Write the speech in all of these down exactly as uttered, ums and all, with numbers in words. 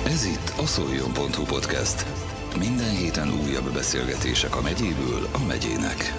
Ez itt a Szoljon pont hu podcast. Minden héten újabb beszélgetések a megyéből a megyének.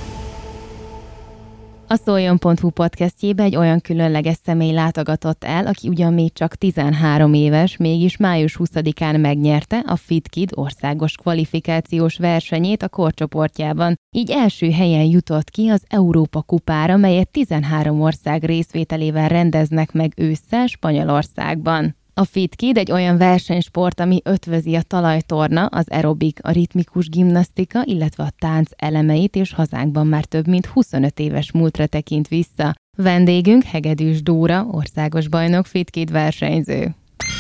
A Szoljon pont hu podcastjébe egy olyan különleges személy látogatott el, aki ugyan még csak tizenhárom éves, mégis május huszadikán megnyerte a FitKid országos kvalifikációs versenyét a korcsoportjában. Így első helyen jutott ki az Európa kupára, melyet tizenhárom ország részvételével rendeznek meg ősszel Spanyolországban. A FitKid egy olyan versenysport, ami ötvözi a talajtorna, az aerobik, a ritmikus gimnasztika, illetve a tánc elemeit, és hazánkban már több mint huszonöt éves múltra tekint vissza. Vendégünk Hegedűs Dóra, országos bajnok, FitKid versenyző.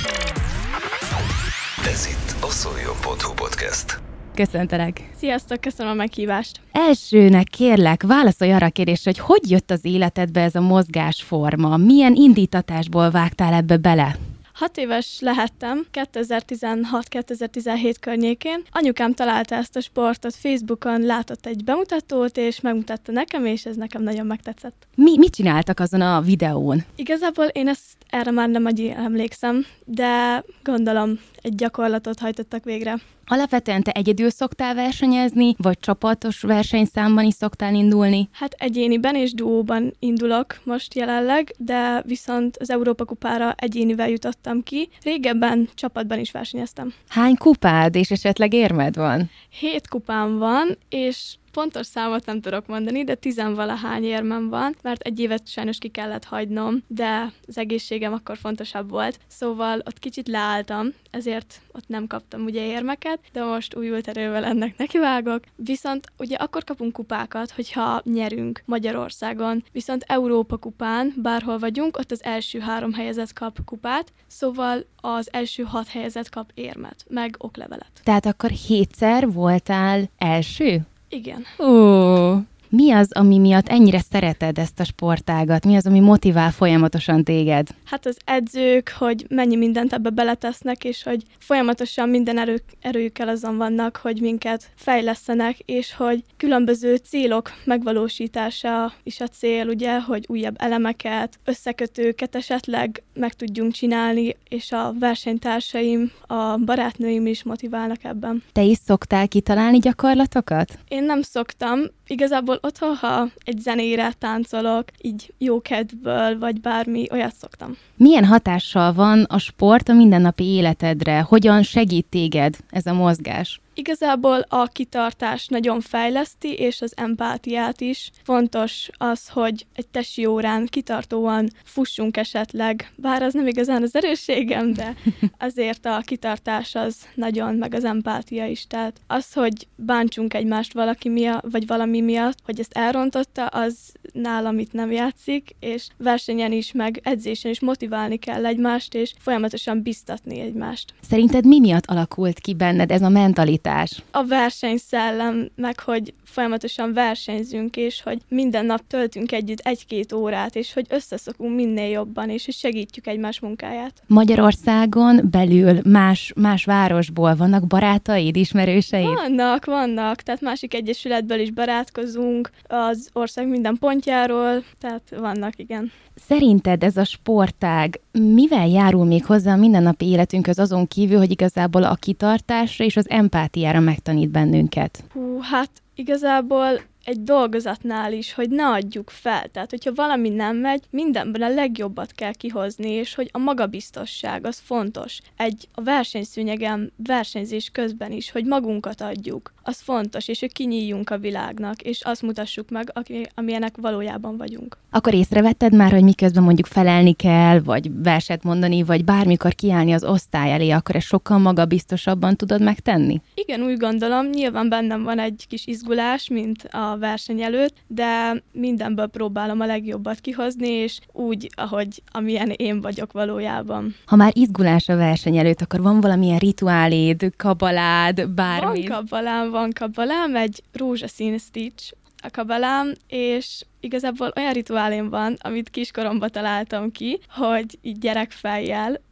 Ez itt a Szoljon pont hu podcast. Köszöntelek! Sziasztok, köszönöm a meghívást! Elsőnek kérlek, válaszolj arra a kérdésre, hogy hogy jött az életedbe ez a mozgásforma? Milyen indítatásból vágtál ebbe bele? Hat éves lehettem, kétezer-tizenhat kétezer-tizenhét környékén. Anyukám találta ezt a sportot Facebookon, látott egy bemutatót, és megmutatta nekem, és ez nekem nagyon megtetszett. Mi, mit csináltak azon a videón? Igazából én ezt erre már nem emlékszem, de gondolom egy gyakorlatot hajtottak végre. Alapvetően te egyedül szoktál versenyezni, vagy csapatos versenyszámban is szoktál indulni? Hát egyéniben és duóban indulok most jelenleg, de viszont az Európa kupára egyénivel jutottam ki. Régebben csapatban is versenyeztem. Hány kupád és esetleg érmed van? Hét kupám van, és pontos számot nem tudok mondani, de tizenvalahány érmem van, mert egy évet sajnos ki kellett hagynom, de az egészségem akkor fontosabb volt. Szóval ott kicsit leálltam, ezért ott nem kaptam ugye érmeket, de most újult erővel ennek nekivágok. Viszont ugye akkor kapunk kupákat, hogyha nyerünk Magyarországon, viszont Európa kupán, bárhol vagyunk, ott az első három helyezett kap kupát, szóval az első hat helyezett kap érmet, meg oklevelet. Tehát akkor hétszer voltál első? Igen. Ó, mi az, ami miatt ennyire szereted ezt a sportágat? Mi az, ami motivál folyamatosan téged? Hát az edzők, hogy mennyi mindent ebbe beletesznek, és hogy folyamatosan minden erő, erőjükkel azon vannak, hogy minket fejlesztenek, és hogy különböző célok megvalósítása is a cél, ugye, hogy újabb elemeket, összekötőket esetleg meg tudjunk csinálni, és a versenytársaim, a barátnőim is motiválnak ebben. Te is szoktál kitalálni gyakorlatokat? Én nem szoktam. Igazából otthon, ha egy zenére táncolok, így jó kedvből, vagy bármi, olyat szoktam. Milyen hatással van a sport a mindennapi életedre? Hogyan segít téged ez a mozgás? Igazából a kitartás nagyon fejleszti, és az empátiát is. Fontos az, hogy egy tesi órán kitartóan fussunk esetleg, bár az nem igazán az erősségem, de azért a kitartás az nagyon, meg az empátia is. Tehát az, hogy bántsunk egymást valaki miatt, vagy valami miatt, hogy ezt elrontotta, az nálam itt nem játszik, és versenyen is, meg edzésen is motiválni kell egymást, és folyamatosan biztatni egymást. Szerinted mi miatt alakult ki benned ez a mentalitás? A versenyszellem, meg hogy folyamatosan versenyzünk, és hogy minden nap töltünk együtt egy-két órát, és hogy összeszokunk minél jobban, és hogy segítjük egymás munkáját. Magyarországon belül más, más városból vannak barátaid, ismerőseid? Vannak, vannak, tehát másik egyesületből is barátkozunk, az ország minden pontjáról, tehát vannak, igen. Szerinted ez a sportág mivel járul még hozzá a mindennapi életünkhöz azon kívül, hogy igazából a kitartásra és az empátiára megtanít bennünket? Hú, hát igazából egy dolgozatnál is, hogy ne adjuk fel. Tehát, hogyha valami nem megy, mindenben a legjobbat kell kihozni, és hogy a magabiztosság az fontos. Egy a versenyszűnyegen, versenyzés közben is, hogy magunkat adjuk, az fontos, és hogy kinyíljunk a világnak, és azt mutassuk meg, amilyenek valójában vagyunk. Akkor észrevetted már, hogy miközben mondjuk felelni kell, vagy verset mondani, vagy bármikor kiállni az osztály elé, akkor ezt sokkal magabiztosabban tudod megtenni? Igen, úgy gondolom, nyilván bennem van egy kis izgulás, mint a verseny előtt, de mindenből próbálom a legjobbat kihozni, és úgy, ahogy amilyen én vagyok valójában. Ha már izgulás a verseny előtt, akkor van valamilyen rituáléd, kabalád, bármi? Van kabalám, van kabalám, egy rózsaszín stitch a kabalám, és igazából olyan rituálém van, amit kiskoromban találtam ki, hogy így gyerekfejjel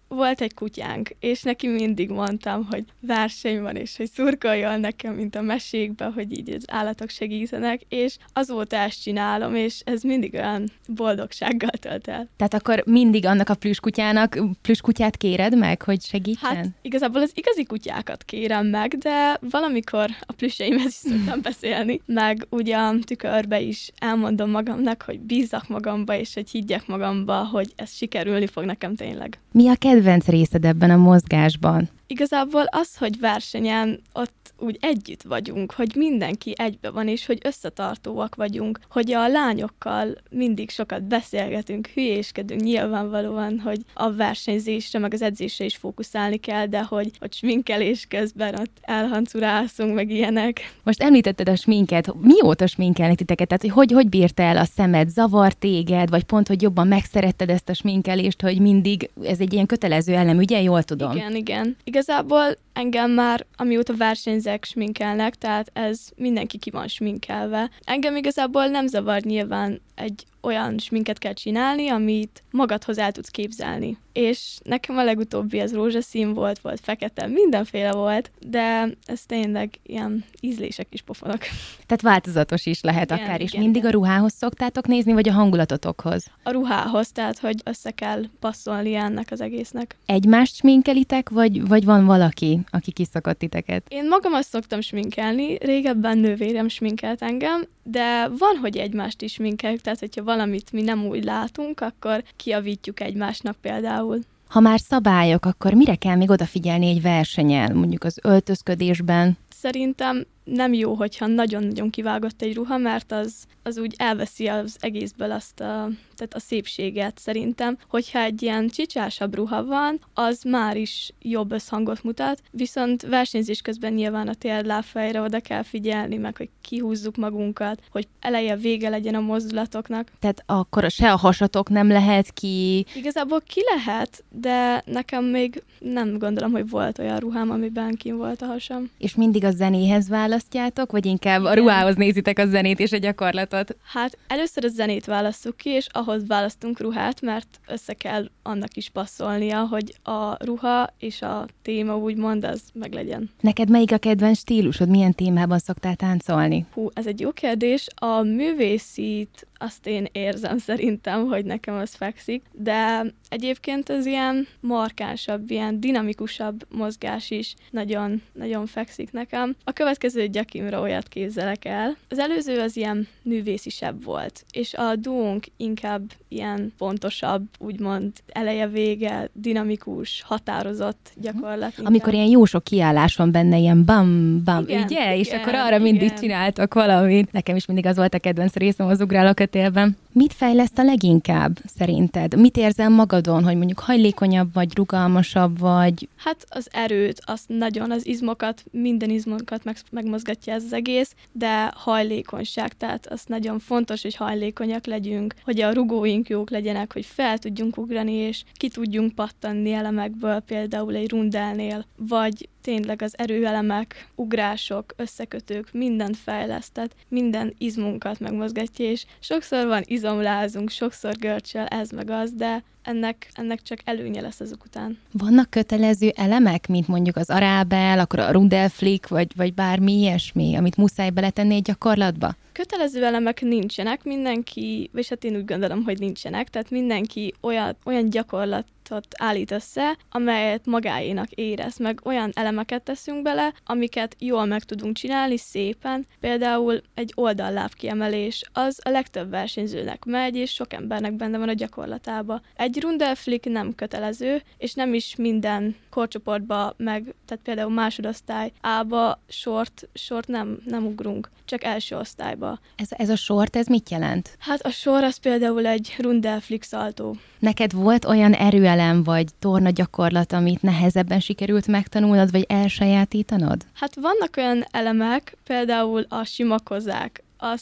volt egy kutyánk, és neki mindig mondtam, hogy verseny van, és hogy szurkoljon nekem, mint a mesékbe, hogy így az állatok segítenek, és azóta ezt csinálom, és ez mindig olyan boldogsággal tölt el. Tehát akkor mindig annak a plüskutyának, plüskutyát kéred meg, hogy segítsen? Hát igazából az igazi kutyákat kérem meg, de valamikor a plüsseimhez is szoktam beszélni, meg ugye a tükörbe is elmondom magamnak, hogy bízzak magamba, és hogy higgyek magamba, hogy ez sikerülni fog nekem tényleg. Mi a kedvenc részed ebben a mozgásban? Igazából az, hogy versenyen ott úgy együtt vagyunk, hogy mindenki egybe van, és hogy összetartóak vagyunk, hogy a lányokkal mindig sokat beszélgetünk, hülyéskedünk nyilvánvalóan, hogy a versenyzésre, meg az edzésre is fókuszálni kell, de hogy, hogy sminkelés közben ott elhancurászunk, meg ilyenek. Most említetted a sminket. Mióta sminkelnek titeket? Tehát, hogy, hogy hogy bírta el a szemed? Zavar téged? Vagy pont, hogy jobban megszeretted ezt a sminkelést, hogy mindig ez egy ilyen kötelező elem, ugye? Jól tudom. Igen, igen. Igazából engem már, amióta versenyzek, sminkelnek, tehát ez mindenki ki van sminkelve. Engem igazából nem zavar, nyilván egy olyan sminket kell csinálni, amit magadhoz el tudsz képzelni. És nekem a legutóbbi ez rózsaszín volt, volt fekete, mindenféle volt, de ez tényleg ilyen ízlések is pofonok. Tehát változatos is lehet igen, akár, és igen, mindig igen. a ruhához szoktátok nézni, vagy a hangulatotokhoz? A ruhához, tehát hogy össze kell passzolni ennek az egésznek. Egymást sminkelitek, vagy, vagy van valaki, aki kiszakadt titeket? Én magam azt szoktam sminkelni, régebben nővérem sminkelt engem, de van, hogy egymást is sminkeljük, tehát hogyha valamit mi nem úgy látunk, akkor kijavítjuk egymásnak például. Ha már szabályok, akkor mire kell még odafigyelni egy versenyen, mondjuk az öltözködésben? Szerintem nem jó, hogyha nagyon-nagyon kivágott egy ruha, mert az, az úgy elveszi az egészből azt a, tehát a szépséget szerintem. Hogyha egy ilyen csicsásabb ruha van, az már is jobb összhangot mutat, viszont versenyzés közben nyilván a térdlábfejre oda kell figyelni, meg hogy kihúzzuk magunkat, hogy eleje vége legyen a mozdulatoknak. Tehát akkor se a hasatok nem lehet ki... Igazából ki lehet, de nekem még nem gondolom, hogy volt olyan ruhám, amiben kin volt a hasam. És mindig a zenéhez választjátok, vagy inkább Igen. a ruhához nézitek a zenét és a gyakorlatot? Hát először a zenét válasszuk ki, és ahhoz választunk ruhát, mert össze kell annak is passzolnia, hogy a ruha és a téma úgymond az meglegyen. Neked melyik a kedvenc stílusod? Milyen témában szoktál táncolni? Hú, ez egy jó kérdés. A művészit azt én érzem szerintem, hogy nekem az fekszik, de egyébként az ilyen markánsabb, ilyen dinamikusabb mozgás is nagyon, nagyon fekszik nekem. A következő Gyakimra olyat képzelek el. Az előző az ilyen művészisebb volt, és a duónk inkább ilyen pontosabb, úgymond eleje-vége, dinamikus, határozott gyakorlat. Inkább. Amikor ilyen jó sok kiállás van benne, ilyen bam, bam, igen, ugye? igen, És akkor arra mindig igen. csináltak valamit. Nekem is mindig az volt a kedvenc részem az ugrálókötélben. Mit fejleszt a leginkább szerinted? Mit érzel magadon, hogy mondjuk hajlékonyabb vagy, rugalmasabb vagy? Hát az erőt, azt nagyon, az izmokat, minden izmokat meg, megmozgatja ez az egész, de hajlékonyság, tehát az nagyon fontos, hogy hajlékonyak legyünk, hogy a rugóink jók legyenek, hogy fel tudjunk ugrani, és ki tudjunk pattanni elemekből, például egy rundelnél, vagy tényleg az erőelemek, ugrások, összekötők, mindent fejlesztett, minden izmunkat megmozgatja, és sokszor van izomlázunk, sokszor görcsel, ez meg az, de ennek, ennek csak előnye lesz azok után. Vannak kötelező elemek, mint mondjuk az arábel, akkor a rundelflick, vagy, vagy bármi ilyesmi, amit muszáj beletenni egy gyakorlatba? Kötelező elemek nincsenek, mindenki, és hát én úgy gondolom, hogy nincsenek, tehát mindenki olyan, olyan gyakorlatot állít össze, amelyet magáénak érez, meg olyan elemeket teszünk bele, amiket jól meg tudunk csinálni szépen. Például egy oldalláb kiemelés, az a legtöbb versenyzőnek megy, és sok embernek benne van a gyakorlatába. Egy rundelflick nem kötelező, és nem is minden korcsoportba, meg tehát például másodosztály A-ba sort, sort nem, nem ugrunk, csak első osztályba. Ez, ez a sort, ez mit jelent? Hát a sor az például egy rundelflick szaltó. Neked volt olyan erőelem vagy torna gyakorlat, amit nehezebben sikerült megtanulnod, vagy elsajátítanod? Hát vannak olyan elemek, például a sima kozák, azt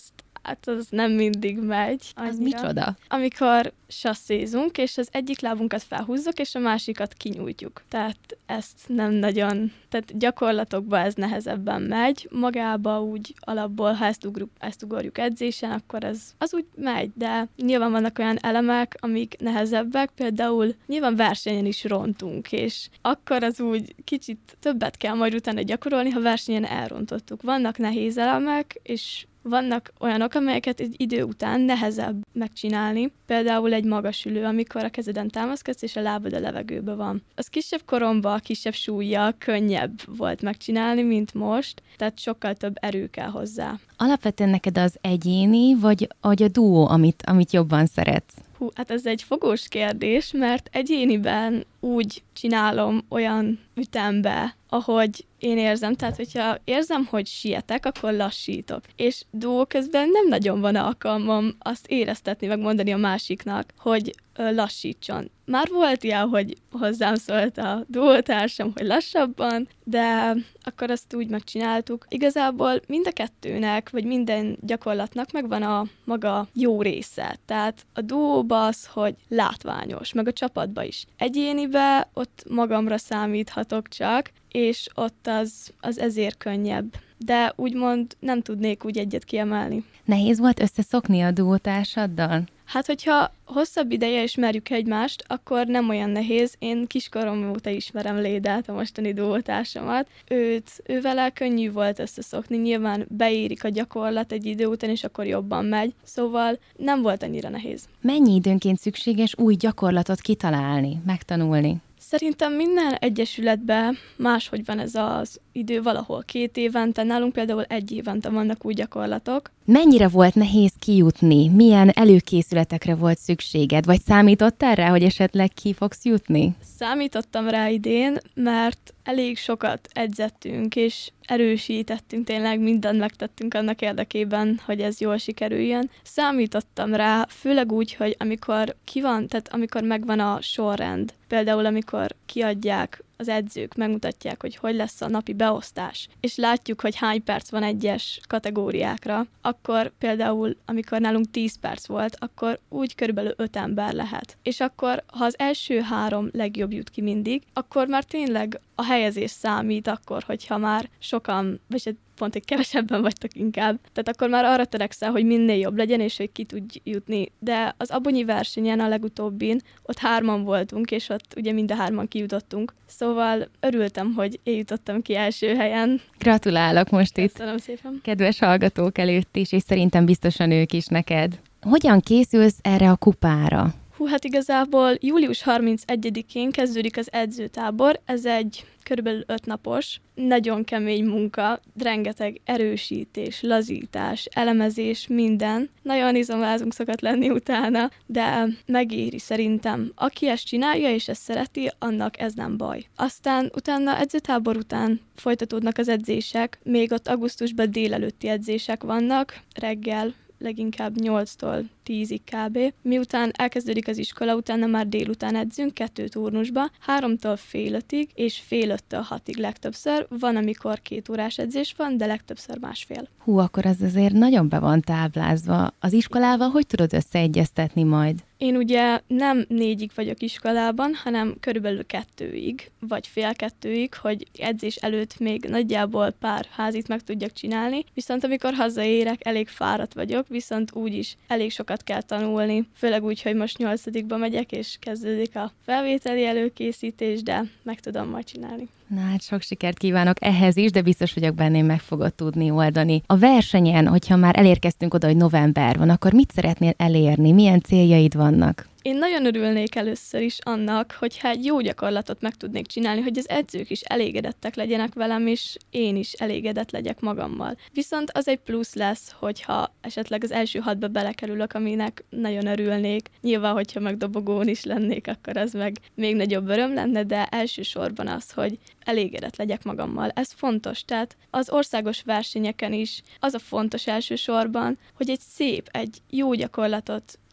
Hát az nem mindig megy. Annyira. Az micsoda? Amikor sasszézunk, és az egyik lábunkat felhúzzuk, és a másikat kinyújtjuk. Tehát ezt nem nagyon, tehát gyakorlatokban ez nehezebben megy. Magába úgy alapból, ha ezt, ugruk, ezt ugorjuk edzésen, akkor ez, az úgy megy, de nyilván vannak olyan elemek, amik nehezebbek, például nyilván versenyen is rontunk, és akkor az úgy kicsit többet kell majd utána gyakorolni, ha versenyen elrontottuk. Vannak nehéz elemek, és vannak olyanok, amelyeket egy idő után nehezebb megcsinálni. Például egy magasülő, amikor a kezeden támaszkodsz, és a lábad a levegőben van. Az kisebb koromban, kisebb súllyal könnyebb volt megcsinálni, mint most, tehát sokkal több erő kell hozzá. Alapvetően neked az egyéni, vagy, vagy a duó, amit, amit jobban szeretsz? Hú, hát ez egy fogós kérdés, mert egyéniben úgy csinálom olyan ütembe, ahogy én érzem. Tehát, hogyha érzem, hogy sietek, akkor lassítok. És duó közben nem nagyon van alkalmam azt éreztetni, meg mondani a másiknak, hogy ö, lassítson. Már volt ilyen, hogy hozzám szólt a duótársam, hogy lassabban, de akkor azt úgy megcsináltuk. Igazából mind a kettőnek, vagy minden gyakorlatnak megvan a maga jó része. Tehát a duóba az, hogy látványos, meg a csapatba is. Egyénibe ott magamra számíthatok csak, és ott az, az ezért könnyebb. De úgymond nem tudnék úgy egyet kiemelni. Nehéz volt összeszokni a duótársaddal? Hát, hogyha hosszabb ideje ismerjük egymást, akkor nem olyan nehéz. Én kiskorom óta ismerem Lédát, a mostani duótársamat. Őt, ővele könnyű volt összeszokni, nyilván beérik a gyakorlat egy idő után, és akkor jobban megy. Szóval nem volt annyira nehéz. Mennyi időnként szükséges új gyakorlatot kitalálni, megtanulni? Szerintem minden egyesületben máshogy van ez az idő, valahol két évente, nálunk például egy évente vannak új gyakorlatok. Mennyire volt nehéz kijutni? Milyen előkészületekre volt szükséged? Vagy számítottál rá, hogy esetleg ki fogsz jutni? Számítottam rá idén, mert elég sokat edzettünk, és erősítettünk, tényleg mindent megtettünk annak érdekében, hogy ez jól sikerüljön. Számítottam rá, főleg úgy, hogy amikor ki van, tehát amikor megvan a sorrend, például amikor kiadják az edzők, megmutatják, hogy hogy lesz a napi beosztás, és látjuk, hogy hány perc van egyes kategóriákra, akkor például, amikor nálunk tíz perc volt, akkor úgy körülbelül öt ember lehet. És akkor, ha az első három legjobb jut ki mindig, akkor már tényleg a helyezés számít akkor, hogyha már sokan, vagy pont egy kevesebben vagytok inkább. Tehát akkor már arra törekszel, hogy minél jobb legyen, és hogy ki tudj jutni. De az abonyi versenyen, a legutóbbin, ott hárman voltunk, és ott ugye mind a hárman kijutottunk. Szóval örültem, hogy én jutottam ki első helyen. Gratulálok most itt. Köszönöm szépen. Kedves hallgatók előtt is, és szerintem biztosan ők is neked. Hogyan készülsz erre a kupára? Hú, hát igazából július harmincegyedikén kezdődik az edzőtábor, ez egy körülbelül öt napos, nagyon kemény munka, rengeteg erősítés, lazítás, elemezés, minden. Nagyon izomlázunk szokott lenni utána, de megéri szerintem. Aki ezt csinálja és ezt szereti, annak ez nem baj. Aztán utána edzőtábor után folytatódnak az edzések, még ott augusztusban délelőtti edzések vannak, reggel, leginkább nyolctól tízig kb. Miután elkezdődik az iskola, utána már délután edzünk, kettő turnusba, háromtól fél ötig, és fél öttől hatig legtöbbször. Van, amikor két órás edzés van, de legtöbbször másfél. Hú, akkor az azért nagyon be van táblázva. Az iskolával hogy tudod összeegyeztetni majd? Én ugye nem négyig vagyok iskolában, hanem körülbelül kettőig, vagy fél kettőig, hogy edzés előtt még nagyjából pár házit meg tudjak csinálni, viszont amikor hazaérek, elég fáradt vagyok, viszont úgyis elég sokat kell tanulni, főleg úgy, hogy most nyolcadikba megyek, és kezdődik a felvételi előkészítés, de meg tudom majd csinálni. Na hát sok sikert kívánok ehhez is, de biztos vagyok benne, meg fogod tudni oldani. A versenyen, hogyha már elérkeztünk oda, hogy november van, akkor mit szeretnél elérni? Milyen céljaid vannak? Én nagyon örülnék először is annak, hogyha egy jó gyakorlatot meg tudnék csinálni, hogy az edzők is elégedettek legyenek velem, és én is elégedett legyek magammal. Viszont az egy plusz lesz, hogyha esetleg az első hatba belekerülök, aminek nagyon örülnék. Nyilván, hogyha meg dobogón is lennék, akkor az meg még nagyobb öröm lenne, de elsősorban az, hogy elégedett legyek magammal. Ez fontos, tehát az országos versenyeken is az a fontos elsősorban, hogy egy szép, egy jó gyakorlatot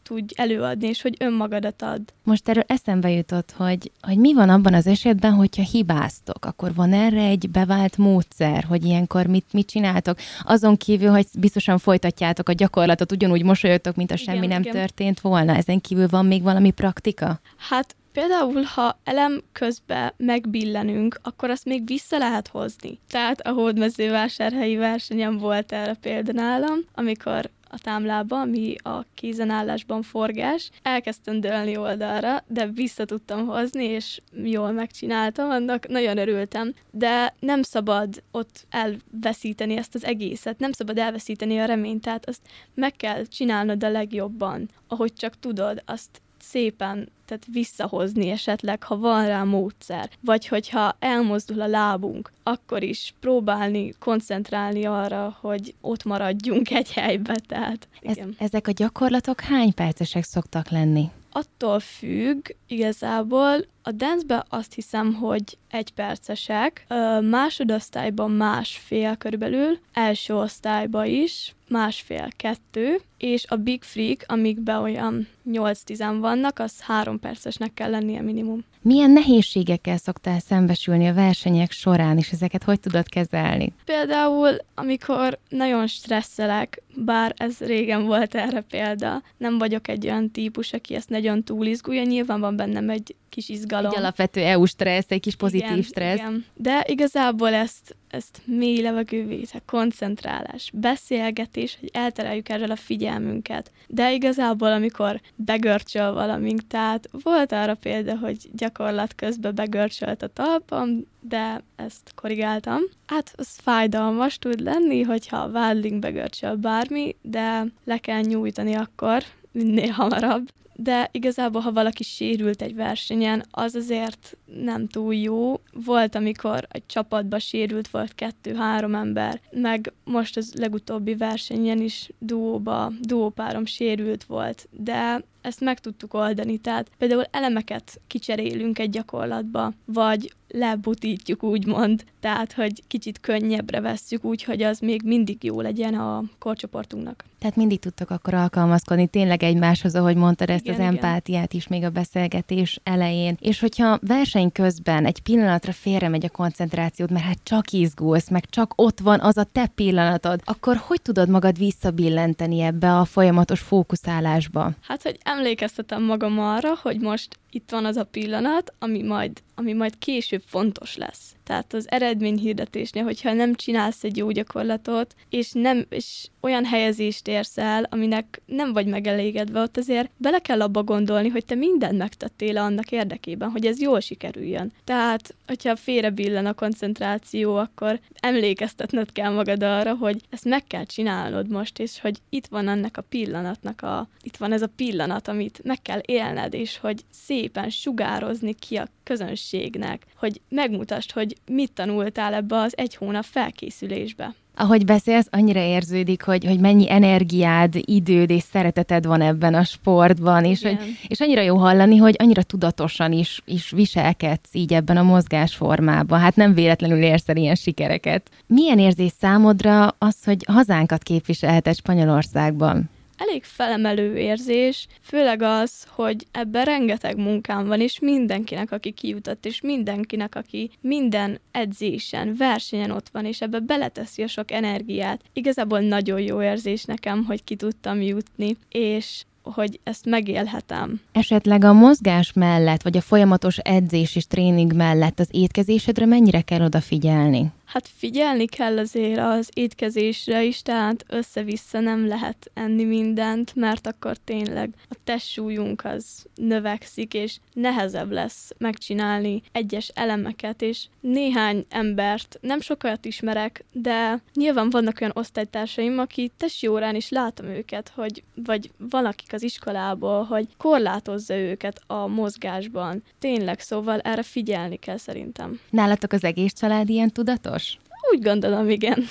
tudj előadni, és hogy önmagadat add. Most erről eszembe jutott, hogy, hogy mi van abban az esetben, hogyha hibáztok, akkor van erre egy bevált módszer, hogy ilyenkor mit, mit csináltok? Azon kívül, hogy biztosan folytatjátok a gyakorlatot, ugyanúgy mosolyogtok, mint a semmi igen, nem igen. történt volna. Ezen kívül van még valami praktika? Hát például, ha elem közben megbillenünk, akkor azt még vissza lehet hozni. Tehát a hódmezővásárhelyi versenyen volt erre példa nálam, amikor a támlába, ami a kézenállásban forgás, elkezdtem dőlni oldalra, de vissza tudtam hozni, és jól megcsináltam, annak nagyon örültem. De nem szabad ott elveszíteni ezt az egészet, nem szabad elveszíteni a reményt, tehát azt meg kell csinálnod a legjobban, ahogy csak tudod, azt szépen, tehát visszahozni esetleg, ha van rá módszer. Vagy hogyha elmozdul a lábunk, akkor is próbálni, koncentrálni arra, hogy ott maradjunk egy helybe. Tehát, Ez, ezek a gyakorlatok hány percesek szoktak lenni? Attól függ, igazából a dance-ben azt hiszem, hogy egy percesek, másodosztályban másfél körülbelül, első osztályban is másfél-kettő, és a Big Freak, amikben olyan nyolc-tízen vannak, az három percesnek kell lennie minimum. Milyen nehézségekkel szoktál szembesülni a versenyek során, és ezeket hogy tudod kezelni? Például, amikor nagyon stresszelek, bár ez régen volt erre példa, nem vagyok egy olyan típus, aki ezt nagyon túlizgulja, nyilván van bennem egy kis izgalom. Egy alapvető é u stressz, egy kis pozitív igen, stressz. Igen. De igazából ezt, ezt mély levegővétel, koncentrálás, beszélgetés, hogy eltereljük erről a figyelmünket. De igazából, amikor begörcsöl valamink, tehát volt arra példa, hogy gyakorlat közben begörcsölt a talpam, de ezt korrigáltam. Hát az fájdalmas tud lenni, hogyha a vádlink begörcsöl bármi, de le kell nyújtani akkor, minél hamarabb. De igazából, ha valaki sérült egy versenyen, az azért nem túl jó. Volt, amikor egy csapatban sérült volt kettő-három ember, meg most az legutóbbi versenyen is duóba, duópárom sérült volt, de ezt meg tudtuk oldani, tehát például elemeket kicserélünk egy gyakorlatba, vagy lebutítjuk úgymond, tehát hogy kicsit könnyebbre vesszük úgy, hogy az még mindig jó legyen a korcsoportunknak. Tehát mindig tudtok akkor alkalmazkodni tényleg egymáshoz, ahogy mondtad ezt igen, az empátiát igen. is még a beszélgetés elején. És hogyha verseny közben egy pillanatra félre megy a koncentrációd, mert hát csak izgulsz, meg csak ott van az a te pillanatod, akkor hogy tudod magad visszabillenteni ebbe a folyamatos fókuszálásba? Hát, hogy emlékeztetem magam arra, hogy most itt van az a pillanat, ami majd, ami majd később fontos lesz. Tehát az eredményhirdetésnél, hogyha nem csinálsz egy jó gyakorlatot, és, nem, és olyan helyezést érsz el, aminek nem vagy megelégedve, ott azért bele kell abba gondolni, hogy te mindent megtettél annak érdekében, hogy ez jól sikerüljön. Tehát, hogyha félrebillen a koncentráció, akkor emlékeztetned kell magad arra, hogy ezt meg kell csinálnod most, és hogy itt van ennek a pillanatnak a, itt van ez a pillanat, amit meg kell élned, és hogy szépen sugározni ki a közönségnek, hogy megmutasd, hogy mit tanultál ebbe az egy hónap felkészülésbe. Ahogy beszélsz, annyira érződik, hogy, hogy mennyi energiád, időd és szereteted van ebben a sportban, és, hogy, és annyira jó hallani, hogy annyira tudatosan is, is viselkedsz így ebben a mozgásformában. Hát nem véletlenül érsz el ilyen sikereket. Milyen érzés számodra az, hogy hazánkat képviselheted Spanyolországban? Elég felemelő érzés, főleg az, hogy ebben rengeteg munkám van, és mindenkinek, aki kijutott, és mindenkinek, aki minden edzésen, versenyen ott van, és ebbe beleteszi a sok energiát. Igazából nagyon jó érzés nekem, hogy ki tudtam jutni, és hogy ezt megélhetem. Esetleg a mozgás mellett, vagy a folyamatos edzés és tréning mellett az étkezésedre mennyire kell odafigyelni? Hát figyelni kell azért az étkezésre is, tehát össze-vissza nem lehet enni mindent, mert akkor tényleg a testsúlyunk az növekszik, és nehezebb lesz megcsinálni egyes elemeket, és néhány embert, nem sokat ismerek, de nyilván vannak olyan osztálytársaim, aki testi órán is látom őket, hogy, vagy valakik az iskolából, hogy korlátozza őket a mozgásban. Tényleg, szóval erre figyelni kell szerintem. Nálatok az egész család ilyen tudatos? Úgy gondolom, igen.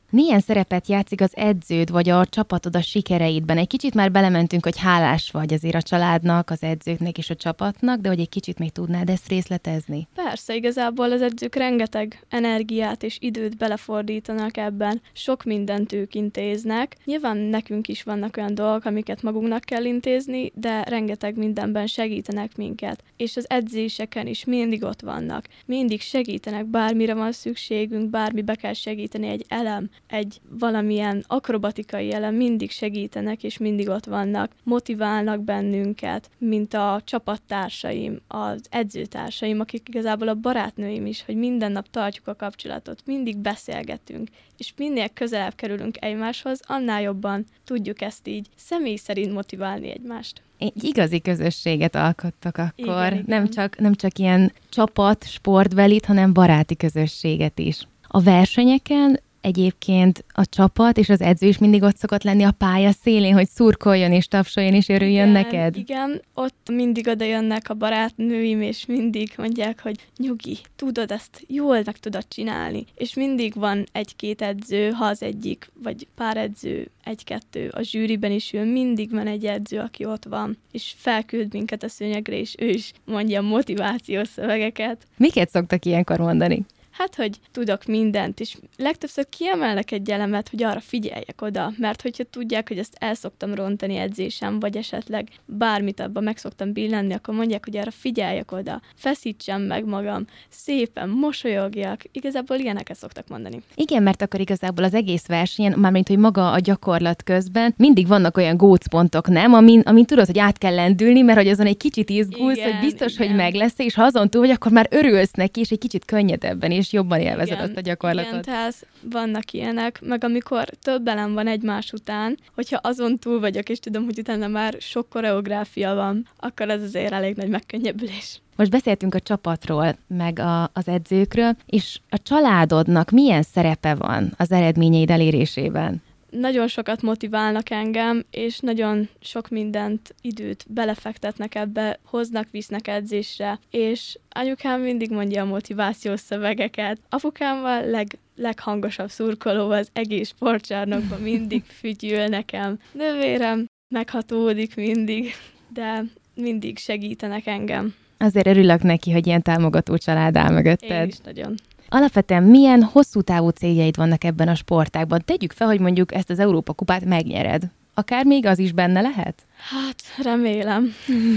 Milyen szerepet játszik az edződ vagy a csapatod a sikereidben? Egy kicsit már belementünk, hogy hálás vagy azért a családnak, az edzőknek és a csapatnak, de hogy egy kicsit még tudnád ezt részletezni? Persze, igazából az edzők rengeteg energiát és időt belefordítanak ebben, sok mindent ők intéznek. Nyilván nekünk is vannak olyan dolgok, amiket magunknak kell intézni, de rengeteg mindenben segítenek minket. És az edzéseken is mindig ott vannak. Mindig segítenek, bármire van szükségünk, bármibe kell segíteni, egy elem, egy valamilyen akrobatikai elem, mindig segítenek, és mindig ott vannak. Motiválnak bennünket, mint a csapattársaim, az edzőtársaim, akik igazából a barátnőim is, hogy minden nap tartjuk a kapcsolatot, mindig beszélgetünk, és minél közelebb kerülünk egymáshoz, annál jobban tudjuk ezt így személy szerint motiválni egymást. Egy igazi közösséget alkottak akkor, Igen, igen. Nem, csak, nem csak ilyen csapat, sportbelit, hanem baráti közösséget is. A versenyeken egyébként a csapat és az edző is mindig ott szokott lenni a pálya szélén, hogy szurkoljon és tapsoljon és örüljön igen, neked? Igen, ott mindig oda jönnek a barátnőim, és mindig mondják, hogy nyugi, tudod, ezt jól meg tudod csinálni. És mindig van egy-két edző, ha az egyik, vagy pár edző, egy-kettő a zsűriben is ül, mindig van egy edző, aki ott van, és felküld minket a szőnyegre, és ő is mondja motivációs szövegeket. Miket szoktak ilyenkor mondani? Hát, hogy tudok mindent, és legtöbbször kiemelnek egy elemet, hogy arra figyeljek oda, mert hogyha tudják, hogy ezt el szoktam rontani edzésem, vagy esetleg bármit abban meg szoktam billenni, akkor mondják, hogy arra figyeljek oda, feszítsem meg magam, szépen mosolyogjak, igazából ilyeneket szoktak mondani. Igen, mert akkor igazából az egész versenyen, mármint, hogy maga a gyakorlat közben, mindig vannak olyan gócpontok, nem? Amin, amin tudod, hogy át kell lendülni, mert hogy azon egy kicsit izgulsz, Igen, hogy biztos, igen. hogy meg lesz, és ha azon túl, hogy akkor már örülsz neki, és egy kicsit könnyedebben, és jobban élvezed Igen, azt a gyakorlatot. Igen, tehát vannak ilyenek, meg amikor több elem van egymás után, hogyha azon túl vagyok, és tudom, hogy utána már sok koreográfia van, akkor ez azért elég nagy megkönnyebbülés. Most beszéltünk a csapatról, meg a, az edzőkről, és a családodnak milyen szerepe van az eredményeid elérésében? Nagyon sokat motiválnak engem, és nagyon sok mindent, időt belefektetnek ebbe, hoznak, visznek edzésre, és anyukám mindig mondja a motivációs szövegeket. Apukámmal leg, leghangosabb szurkoló az egész sportcsarnokban, mindig fütyül nekem. Nővérem meghatódik mindig, de mindig segítenek engem. Azért örülök neki, hogy ilyen támogató család áll mögötted. Én is nagyon. Alapvetően milyen hosszú távú céljaid vannak ebben a sportágban? Tegyük fel, hogy mondjuk ezt az Európa-kupát megnyered. Akár még az is benne lehet? Hát, remélem.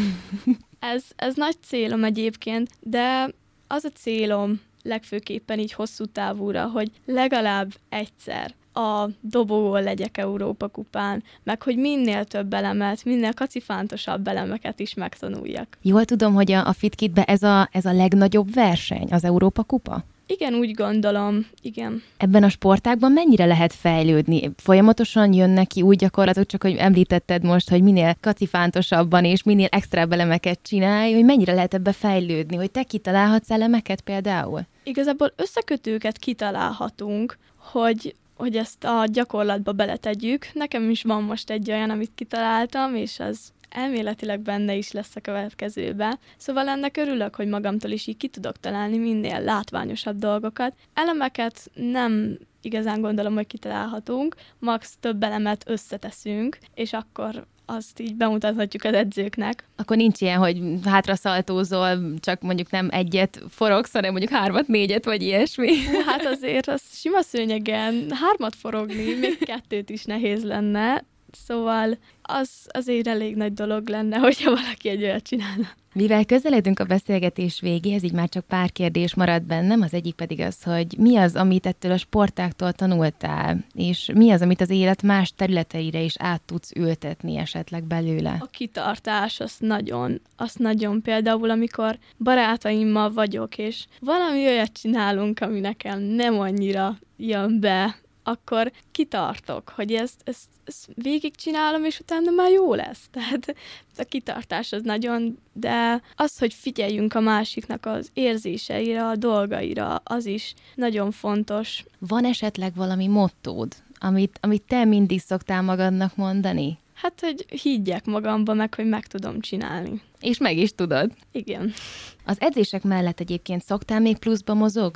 ez, ez nagy célom egyébként, de az a célom legfőképpen így hosszú távúra, hogy legalább egyszer a dobogón legyek Európa-kupán, meg hogy minél több elemet, minél kacifántosabb elemeket is megtanuljak. Jól tudom, hogy a, a FitKidben ez a, ez a legnagyobb verseny, az Európa-kupa? Igen, úgy gondolom, igen. Ebben a sportágban mennyire lehet fejlődni? Folyamatosan jönnek ki új gyakorlatok, csak hogy említetted most, hogy minél kacifántosabban és minél extra elemeket csinálj, hogy mennyire lehet ebbe fejlődni, hogy te kitalálhatsz elemeket például? Igazából összekötőket kitalálhatunk, hogy hogy ezt a gyakorlatba beletegyük. Nekem is van most egy olyan, amit kitaláltam, és az elméletileg benne is lesz a következőbe. Szóval ennek örülök, hogy magamtól is így ki tudok találni minél látványosabb dolgokat. Elemeket nem igazán gondolom, hogy kitalálhatunk, max több elemet összeteszünk, és akkor azt így bemutathatjuk az edzőknek. Akkor nincs ilyen, hogy hátraszaltózol, csak mondjuk nem egyet forogsz, hanem mondjuk hármat, négyet, vagy ilyesmi. Hát azért az sima szőnyegen hármat forogni, még kettőt is nehéz lenne, szóval az azért elég nagy dolog lenne, hogyha valaki egy olyat csinálna. Mivel közeledünk a beszélgetés végéhez, így már csak pár kérdés maradt bennem, az egyik pedig az, hogy mi az, amit ettől a sportáktól tanultál, és mi az, amit az élet más területeire is át tudsz ültetni esetleg belőle? A kitartás, az nagyon, az nagyon például, amikor barátaimmal vagyok, és valami olyat csinálunk, ami nekem nem annyira jön be, akkor kitartok, hogy ezt, ezt, ezt végigcsinálom, és utána már jó lesz. Tehát a kitartás az nagyon, de az, hogy figyeljünk a másiknak az érzéseire, a dolgaira, az is nagyon fontos. Van esetleg valami mottód, amit, amit te mindig szoktál magadnak mondani? Hát, hogy higgyek magamba meg, hogy meg tudom csinálni. És meg is tudod. Igen. Az edzések mellett egyébként szoktál még pluszba mozogni?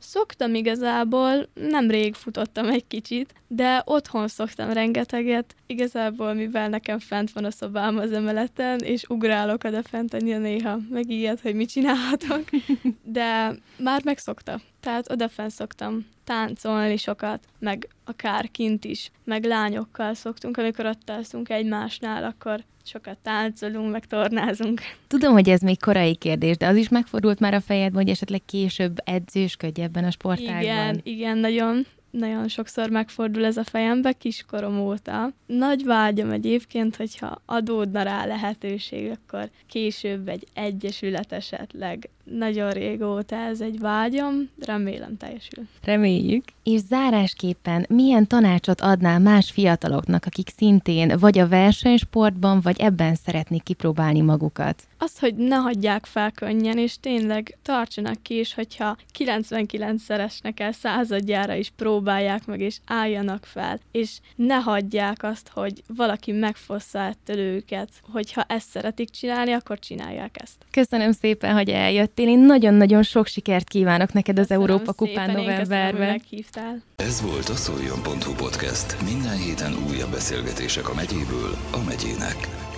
Szoktam igazából, nemrég futottam egy kicsit, de otthon szoktam rengeteget. Igazából, mivel nekem fent van a szobám az emeleten, és ugrálok oda fent, anya néha megijed, hogy mit csinálhatok, de már megszokta. Tehát odafent szoktam táncolni sokat, meg akár kint is, meg lányokkal szoktunk, amikor ott alszunk egymásnál, akkor sokat táncolunk, meg tornázunk. Tudom, hogy ez még korai kérdés, de az is megfordult már a fejedben, hogy esetleg később edzősködj ebben a sportágban. Igen, igen, nagyon. Nagyon sokszor megfordul ez a fejembe kiskorom óta. Nagy vágyam egyébként, hogyha adódna rá lehetőség, akkor később egy egyesület esetleg. Nagyon régóta ez egy vágyam, remélem teljesül. Reméljük. És zárásképpen milyen tanácsot adnál más fiataloknak, akik szintén vagy a versenysportban, vagy ebben szeretnék kipróbálni magukat? Az, hogy ne hagyják fel könnyen, és tényleg tartsanak ki, és hogyha kilencvenkilencszeresnek el századjára is próbálják meg, és álljanak fel, és ne hagyják azt, hogy valaki megfossza ettől őket, hogyha ezt szeretik csinálni, akkor csinálják ezt. Köszönöm szépen, hogy eljöttél. Én nagyon-nagyon sok sikert kívánok neked az Köszönöm Európa szépen, Kupán én köszönöm, novemberben. hogy meghívtál. Ez volt a Szoljon pont hu podcast. Minden héten újabb beszélgetések a megyéből a megyének.